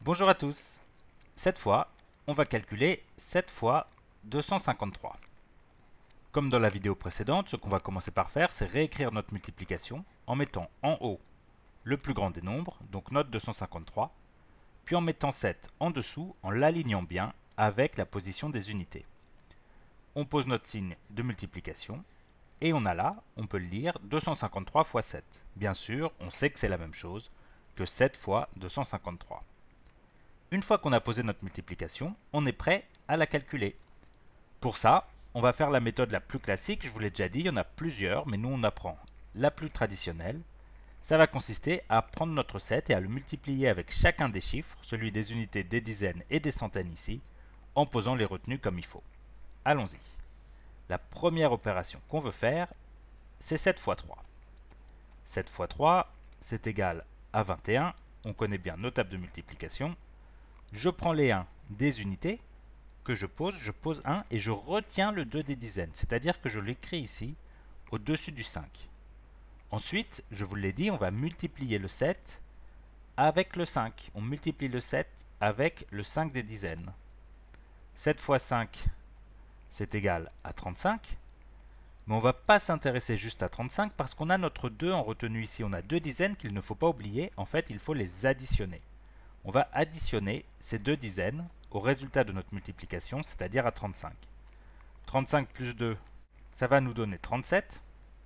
Bonjour à tous. Cette fois, on va calculer 7 fois 253. Comme dans la vidéo précédente, ce qu'on va commencer par faire, c'est réécrire notre multiplication en mettant en haut le plus grand des nombres, donc notre 253, puis en mettant 7 en dessous en l'alignant bien avec la position des unités. On pose notre signe de multiplication et on a là, on peut le lire, 253 fois 7. Bien sûr, on sait que c'est la même chose que 7 fois 253. Une fois qu'on a posé notre multiplication, on est prêt à la calculer. Pour ça, on va faire la méthode la plus classique, je vous l'ai déjà dit, il y en a plusieurs, mais nous on apprend la plus traditionnelle. Ça va consister à prendre notre 7 et à le multiplier avec chacun des chiffres, celui des unités, des dizaines et des centaines ici, en posant les retenues comme il faut. Allons-y. La première opération qu'on veut faire, c'est 7 fois 3. 7 fois 3, c'est égal à 21. On connaît bien nos tables de multiplication. Je prends les 1 des unités que je pose 1 et je retiens le 2 des dizaines, c'est-à-dire que je l'écris ici au-dessus du 5. Ensuite, je vous l'ai dit, on va multiplier le 7 avec le 5. On multiplie le 7 avec le 5 des dizaines. 7 fois 5, c'est égal à 35. Mais on ne va pas s'intéresser juste à 35 parce qu'on a notre 2 en retenue ici. On a deux dizaines qu'il ne faut pas oublier. En fait, il faut les additionner. On va additionner ces deux dizaines au résultat de notre multiplication, c'est-à-dire à 35. 35 plus 2, ça va nous donner 37.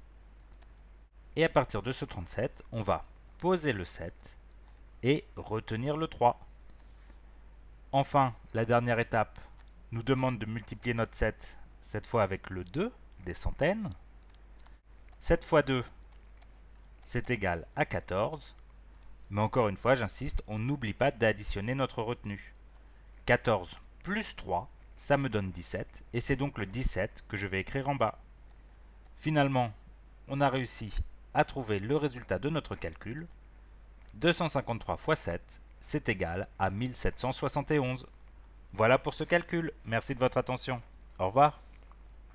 Et à partir de ce 37, on va poser le 7 et retenir le 3. Enfin, la dernière étape nous demande de multiplier notre 7, cette fois avec le 2 des centaines. 7 fois 2, c'est égal à 14. Mais encore une fois, j'insiste, on n'oublie pas d'additionner notre retenue. 14 plus 3, ça me donne 17, et c'est donc le 17 que je vais écrire en bas. Finalement, on a réussi à trouver le résultat de notre calcul. 253 fois 7, c'est égal à 1771. Voilà pour ce calcul. Merci de votre attention. Au revoir.